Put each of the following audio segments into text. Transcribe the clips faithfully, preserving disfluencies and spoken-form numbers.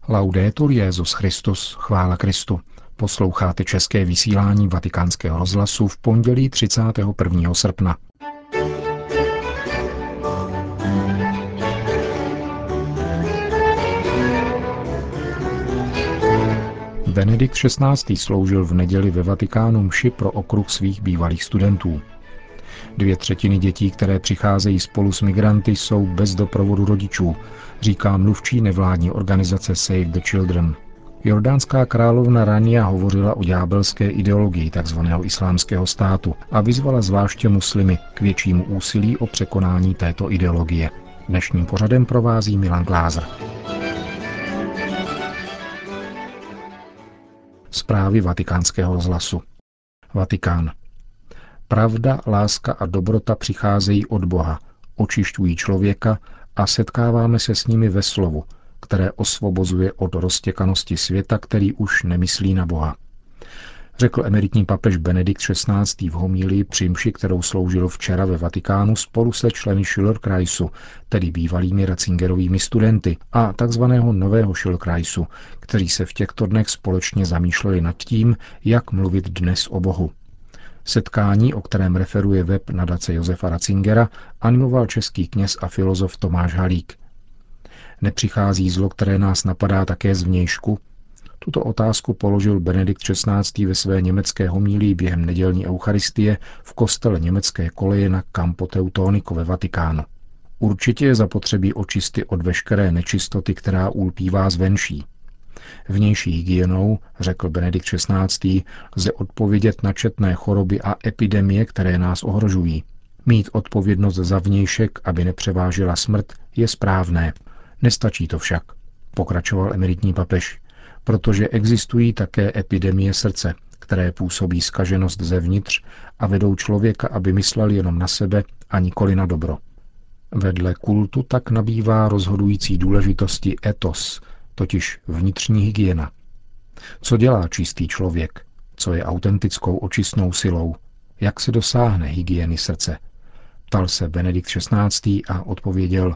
Laudetur Jesus Christus, chvála Kristu. Posloucháte české vysílání Vatikánského rozhlasu v pondělí třicátého prvního srpna. Benedikt šestnáctý sloužil v neděli ve Vatikánu mši pro okruh svých bývalých studentů. Dvě třetiny dětí, které přicházejí spolu s migranty, jsou bez doprovodu rodičů, říká mluvčí nevládní organizace Save the Children. Jordánská královna Rania hovořila o ďábelské ideologii tzv. Islámského státu a vyzvala zvláště muslimy k většímu úsilí o překonání této ideologie. Dnešním pořadem provází Milan Glázer. Zprávy Vatikánského rozhlasu. Vatikán. Pravda, láska a dobrota přicházejí od Boha, očišťují člověka a setkáváme se s nimi ve slovu, které osvobozuje od roztěkanosti světa, který už nemyslí na Boha. Řekl emeritní papež Benedikt šestnáctý v homílii při mši, kterou sloužil včera ve Vatikánu spolu se členy Schülerkreisu, tedy bývalými Ratzingerovými studenty a takzvaného nového Schülerkreisu, kteří se v těchto dnech společně zamýšleli nad tím, jak mluvit dnes o Bohu. Setkání, o kterém referuje web nadace Josefa Ratzingera, animoval český kněz a filozof Tomáš Halík. Nepřichází zlo, které nás napadá také zvnějšku? Tuto otázku položil Benedikt šestnáctý ve své německé homílii během nedělní eucharistie v kostele německé koleje na Campo Teutonico ve Vatikánu. Určitě je zapotřebí očisty od veškeré nečistoty, která ulpívá zvenší. Vnější hygienou, řekl Benedikt šestnáctý, lze odpovědět na četné choroby a epidemie, které nás ohrožují. Mít odpovědnost za vnějšek, aby nepřevážila smrt, je správné. Nestačí to však, pokračoval emeritní papež, protože existují také epidemie srdce, které působí zkaženost zevnitř a vedou člověka, aby myslel jenom na sebe a nikoli na dobro. Vedle kultu tak nabývá rozhodující důležitosti etos, totiž vnitřní hygiena. Co dělá čistý člověk? Co je autentickou očistnou silou? Jak se dosáhne hygieny srdce? Ptal se Benedikt šestnáctý a odpověděl: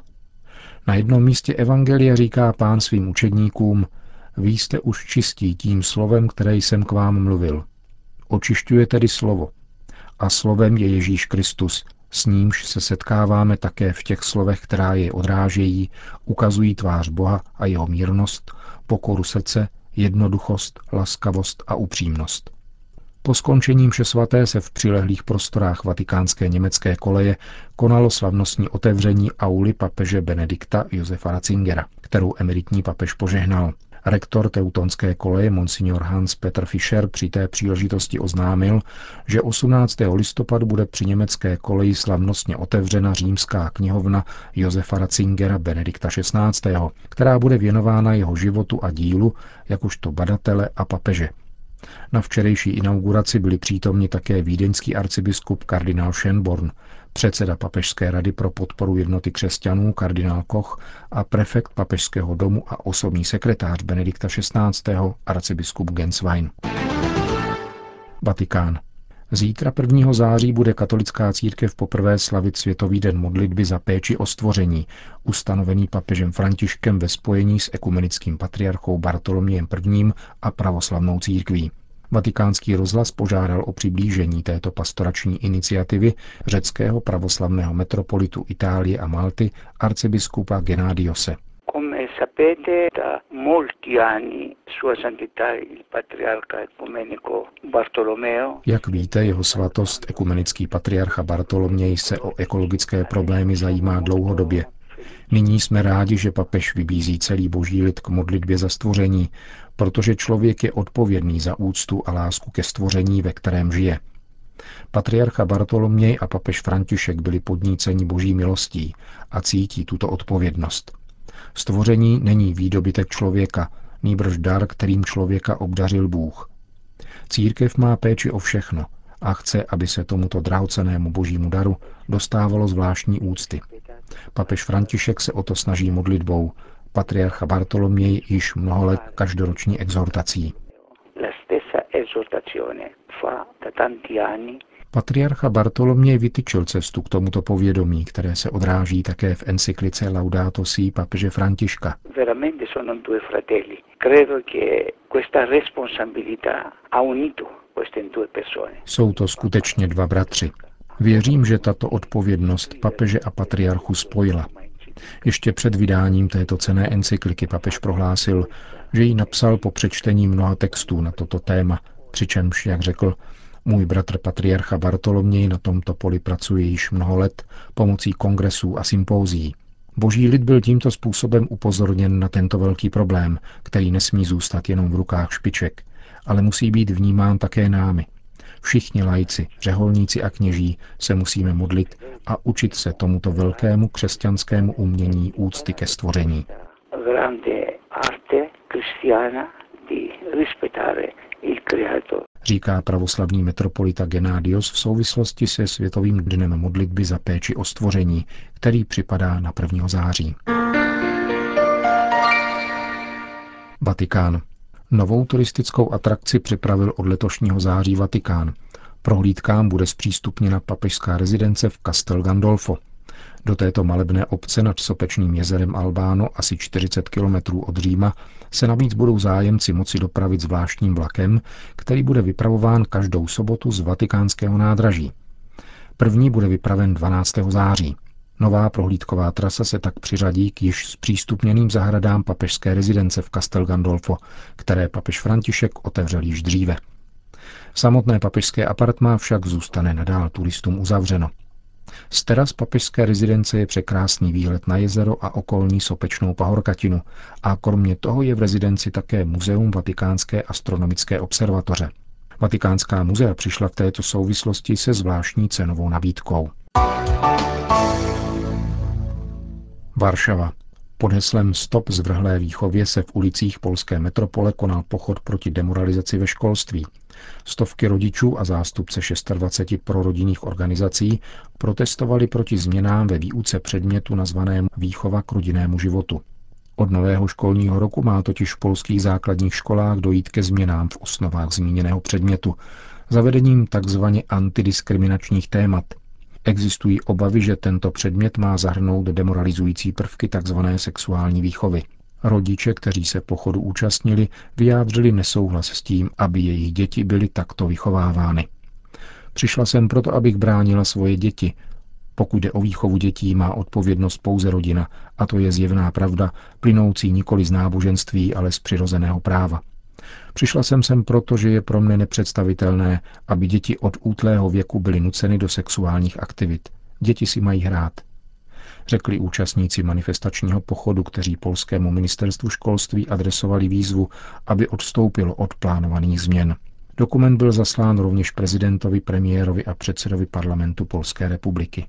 Na jednom místě evangelia říká Pán svým učedníkům: Vy jste už čistí tím slovem, které jsem k vám mluvil. Očišťuje tedy slovo. A slovem je Ježíš Kristus, s nímž se setkáváme také v těch slovech, která jej odrážejí, ukazují tvář Boha a jeho mírnost, pokoru srdce, jednoduchost, laskavost a upřímnost. Po skončení mše svaté se v přilehlých prostorách vatikánské německé koleje konalo slavnostní otevření auly papeže Benedikta Josefa Ratzingera, kterou emeritní papež požehnal. Rektor teutonské koleje monsignor Hans Peter Fischer při té příležitosti oznámil, že osmnáctého listopadu bude při německé koleji slavnostně otevřena římská knihovna Josefa Ratzingera Benedikta šestnáctého, která bude věnována jeho životu a dílu jakožto badatele a papeže. Na včerejší inauguraci byli přítomni také vídeňský arcibiskup kardinál Schönborn, předseda Papežské rady pro podporu jednoty křesťanů kardinál Koch a prefekt Papežského domu a osobní sekretář Benedikta šestnáctého arcibiskup Genswein. Vatikán. Zítra prvního září bude katolická církev poprvé slavit Světový den modlitby za péči o stvoření, ustanovený papežem Františkem ve spojení s ekumenickým patriarchou Bartolomějem prvním a pravoslavnou církví. Vatikánský rozhlas požádal o přiblížení této pastorační iniciativy řeckého pravoslavného metropolitu Itálie a Malty arcibiskupa Gennadiose. Jak víte, jeho svatost ekumenický patriarcha Bartoloměj se o ekologické problémy zajímá dlouhodobě. Nyní jsme rádi, že papež vybízí celý boží lid k modlitbě za stvoření, protože člověk je odpovědný za úctu a lásku ke stvoření, ve kterém žije. Patriarcha Bartoloměj a papež František byli podníceni boží milostí a cítí tuto odpovědnost. Stvoření není výdobytek člověka, nýbrž dar, kterým člověka obdařil Bůh. Církev má péči o všechno a chce, aby se tomuto drahocennému božímu daru dostávalo zvláštní úcty. Papež František se o to snaží modlitbou, patriarcha Bartoloměj již mnoho let každoroční exhortací. Patriarcha Bartoloměj vytyčil cestu k tomuto povědomí, které se odráží také v encyklice Laudato si papeže Františka. Jsou to skutečně dva bratři. Věřím, že tato odpovědnost papeže a patriarchu spojila. Ještě před vydáním této cenné encykliky papež prohlásil, že ji napsal po přečtení mnoha textů na toto téma, přičemž, jak řekl, můj bratr patriarcha Bartoloměj na tomto poli pracuje již mnoho let pomocí kongresů a sympózií. Boží lid byl tímto způsobem upozorněn na tento velký problém, který nesmí zůstat jenom v rukách špiček, ale musí být vnímán také námi. Všichni laici, řeholníci a kněží se musíme modlit a učit se tomuto velkému křesťanskému umění úcty ke stvoření. Říká pravoslavný metropolita Gennadios v souvislosti se Světovým dnem modlitby za péči o stvoření, který připadá na prvního září. Vatikán. Novou turistickou atrakci připravil od letošního září Vatikán. Prohlídkám bude zpřístupněna papežská rezidence v Castel Gandolfo. Do této malebné obce nad sopečným jezerem Albano, asi čtyřicet kilometrů od Říma, se navíc budou zájemci moci dopravit zvláštním vlakem, který bude vypravován každou sobotu z vatikánského nádraží. První bude vypraven dvanáctého září. Nová prohlídková trasa se tak přiřadí k již zpřístupněným zahradám papežské rezidence v Castel Gandolfo, které papež František otevřel již dříve. Samotné papežské apartmá však zůstane nadál turistům uzavřeno. Z teras papežské rezidence je překrásný výhled na jezero a okolní sopečnou pahorkatinu a kromě toho je v rezidenci také muzeum Vatikánské astronomické observatoře. Vatikánská muzea přišla v této souvislosti se zvláštní cenovou nabídkou. Varšava. Pod heslem Stop zvrhlé výchově se v ulicích polské metropole konal pochod proti demoralizaci ve školství. Stovky rodičů a zástupce dvaceti šesti prorodinných organizací protestovali proti změnám ve výuce předmětu nazvaném Výchova k rodinnému životu. Od nového školního roku má totiž v polských základních školách dojít ke změnám v osnovách zmíněného předmětu, zavedením takzvaně antidiskriminačních témat. Existují obavy, že tento předmět má zahrnout demoralizující prvky tzv. Sexuální výchovy. Rodiče, kteří se pochodu účastnili, vyjádřili nesouhlas s tím, aby jejich děti byly takto vychovávány. Přišla jsem proto, abych bránila svoje děti. Pokud jde o výchovu dětí, má odpovědnost pouze rodina, a to je zjevná pravda, plynoucí nikoli z náboženství, ale z přirozeného práva. Přišla jsem sem proto, že je pro mne nepředstavitelné, aby děti od útlého věku byly nuceny do sexuálních aktivit. Děti si mají hrát, řekli účastníci manifestačního pochodu, kteří polskému ministerstvu školství adresovali výzvu, aby odstoupilo od plánovaných změn. Dokument byl zaslán rovněž prezidentovi, premiérovi a předsedovi parlamentu Polské republiky.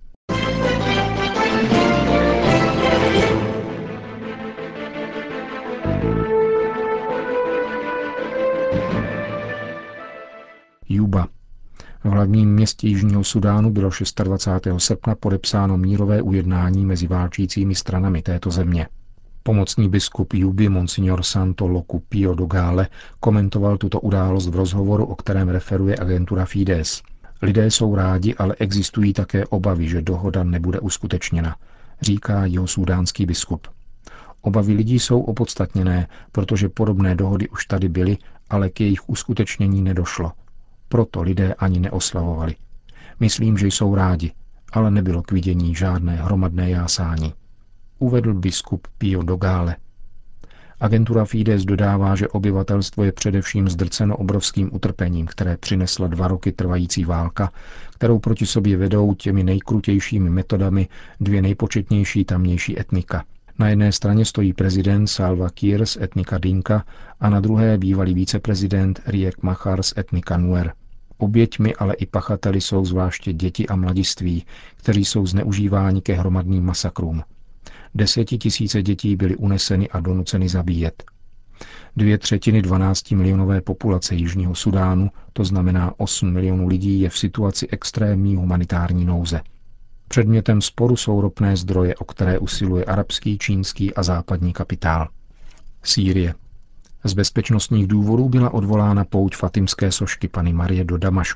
Juba. V hlavním městě Jižního Sudánu bylo dvacátého šestého srpna podepsáno mírové ujednání mezi válčícími stranami této země. Pomocný biskup Juby Monsignor Santo Loku Pio Dogale komentoval tuto událost v rozhovoru, o kterém referuje agentura Fides. Lidé jsou rádi, ale existují také obavy, že dohoda nebude uskutečněna, říká jeho sudánský biskup. Obavy lidí jsou opodstatněné, protože podobné dohody už tady byly, ale k jejich uskutečnění nedošlo. Proto lidé ani neoslavovali. Myslím, že jsou rádi, ale nebylo k vidění žádné hromadné jásání, uvedl biskup Pio Dogale. Agentura Fides dodává, že obyvatelstvo je především zdrceno obrovským utrpením, které přinesla dva roky trvající válka, kterou proti sobě vedou těmi nejkrutějšími metodami dvě nejpočetnější tamnější etnika. Na jedné straně stojí prezident Salva Kiir z etnika Dinka a na druhé bývalý viceprezident Riek Machar z etnika Nuer. Oběťmi, ale i pachateli jsou zvláště děti a mladiství, kteří jsou zneužíváni ke hromadným masakrům. Desetitisíce dětí byly uneseny a donuceny zabíjet. Dvě třetiny dvanáctimilionové populace Jižního Sudánu, to znamená osm milionů lidí, je v situaci extrémní humanitární nouze. Předmětem sporu jsou ropné zdroje, o které usiluje arabský, čínský a západní kapitál. Sýrie. Z bezpečnostních důvodů byla odvolána pouť fatimské sošky Panny Marie do Damašku.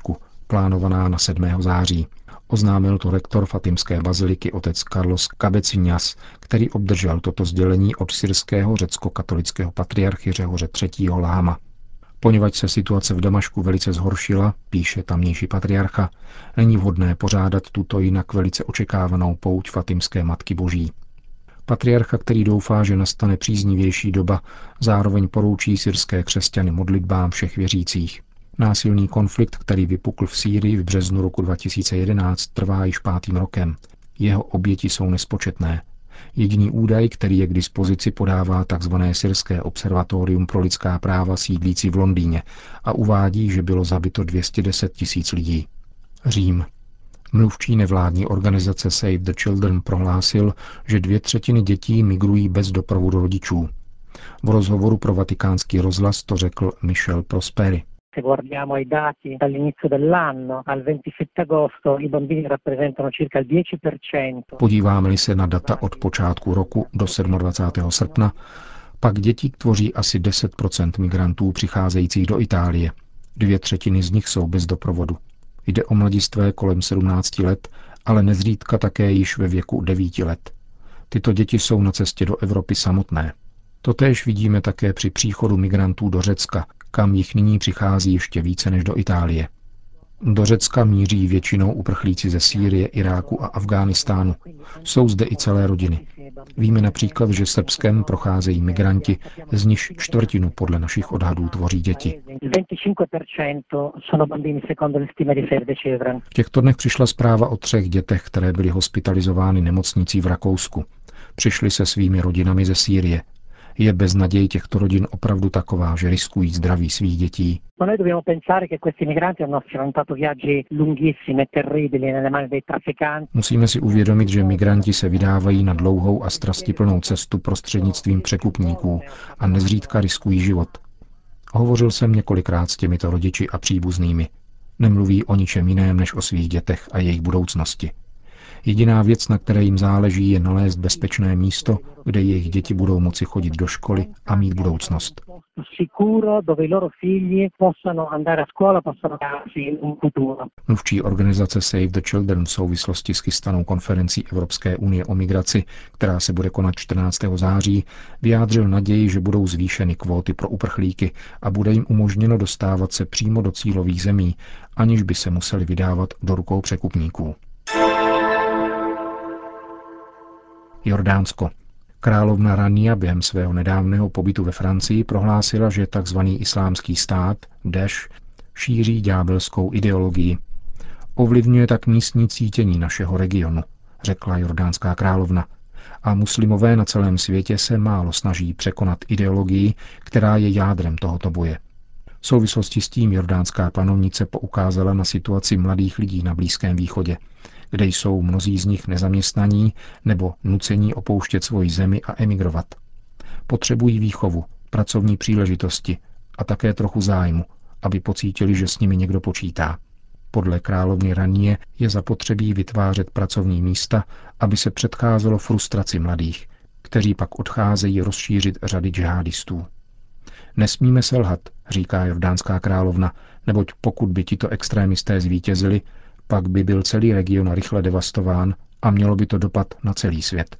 plánovaná na sedmého září. Oznámil to rektor fatimské baziliky otec Carlos Cabeciñas, který obdržel toto sdělení od syrského řecko-katolického patriarchy Řehoře třetího. Láma. Poněvadž se situace v Damašku velice zhoršila, píše tamnější patriarcha, není vhodné pořádat tuto jinak velice očekávanou pouť Fatimské Matky Boží. Patriarcha, který doufá, že nastane příznivější doba, zároveň poroučí syrské křesťany modlitbám všech věřících. Násilný konflikt, který vypukl v Sýrii v březnu roku dva tisíce jedenáct, trvá již pátým rokem. Jeho oběti jsou nespočetné. Jediný údaj, který je k dispozici, podává tzv. Syrské observatorium pro lidská práva sídlící v Londýně a uvádí, že bylo zabito dvě stě deset tisíc lidí. Řím. Mluvčí nevládní organizace Save the Children prohlásil, že dvě třetiny dětí migrují bez doprovodu rodičů. V rozhovoru pro Vatikánský rozhlas to řekl Michel Prosperi. Se guardiamo ai dati dall'inizio dell'anno al ventisette agosto i bambini rappresentano circa il dieci per cento. Podíváme-li se na data od počátku roku do dvacátého sedmého srpna, pak děti tvoří asi deset procent migrantů přicházejících do Itálie. Dvě třetiny z nich jsou bez doprovodu. Jde o mladistvé kolem sedmnácti let, ale nezřídka také již ve věku devíti let. Tyto děti jsou na cestě do Evropy samotné. Totéž vidíme také při příchodu migrantů do Řecka, kam jich nyní přichází ještě více než do Itálie. Do Řecka míří většinou uprchlíci ze Sýrie, Iráku a Afghánistánu. Jsou zde i celé rodiny. Víme například, že Srbskem procházejí migranti, z nichž čtvrtinu podle našich odhadů tvoří děti. V těchto dnech přišla zpráva o třech dětech, které byly hospitalizovány nemocnicí v Rakousku. Přišly se svými rodinami ze Sýrie. Je beznaděj těchto rodin opravdu taková, že riskují zdraví svých dětí? Musíme si uvědomit, že migranti se vydávají na dlouhou a strastiplnou cestu prostřednictvím překupníků a nezřídka riskují život. Hovořil jsem několikrát s těmito rodiči a příbuznými. Nemluví o ničem jiném než o svých dětech a jejich budoucnosti. Jediná věc, na které jim záleží, je nalézt bezpečné místo, kde jejich děti budou moci chodit do školy a mít budoucnost. Mluvčí organizace Save the Children v souvislosti s chystanou konferencí Evropské unie o migraci, která se bude konat čtrnáctého září, vyjádřil naději, že budou zvýšeny kvóty pro uprchlíky a bude jim umožněno dostávat se přímo do cílových zemí, aniž by se museli vydávat do rukou překupníků. Jordánsko. Královna Rania během svého nedávného pobytu ve Francii prohlásila, že tzv. Islámský stát, Daesh, šíří ďábelskou ideologii. Ovlivňuje tak místní cítění našeho regionu, řekla jordánská královna. A muslimové na celém světě se málo snaží překonat ideologii, která je jádrem tohoto boje. V souvislosti s tím jordánská panovnice poukázala na situaci mladých lidí na Blízkém východě, kde jsou mnozí z nich nezaměstnaní nebo nucení opouštět svoji zemi a emigrovat. Potřebují výchovu, pracovní příležitosti a také trochu zájmu, aby pocítili, že s nimi někdo počítá. Podle královny Ranie je zapotřebí vytvářet pracovní místa, aby se předcházelo frustraci mladých, kteří pak odcházejí rozšířit řady džihadistů. Nesmíme selhat, říká jordánská královna, neboť pokud by tito extrémisté zvítězili, pak by byl celý region rychle devastován a mělo by to dopad na celý svět.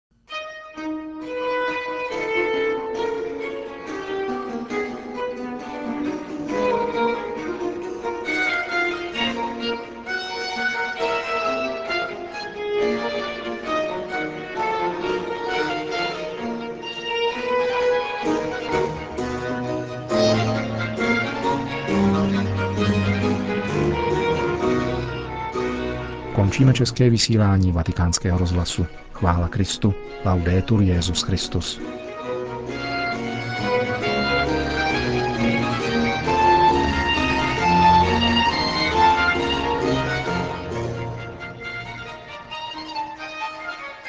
Končíme české vysílání Vatikánského rozhlasu. Chvála Kristu, laudetur Jesus Christus.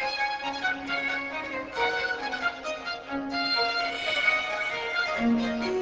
Thank you.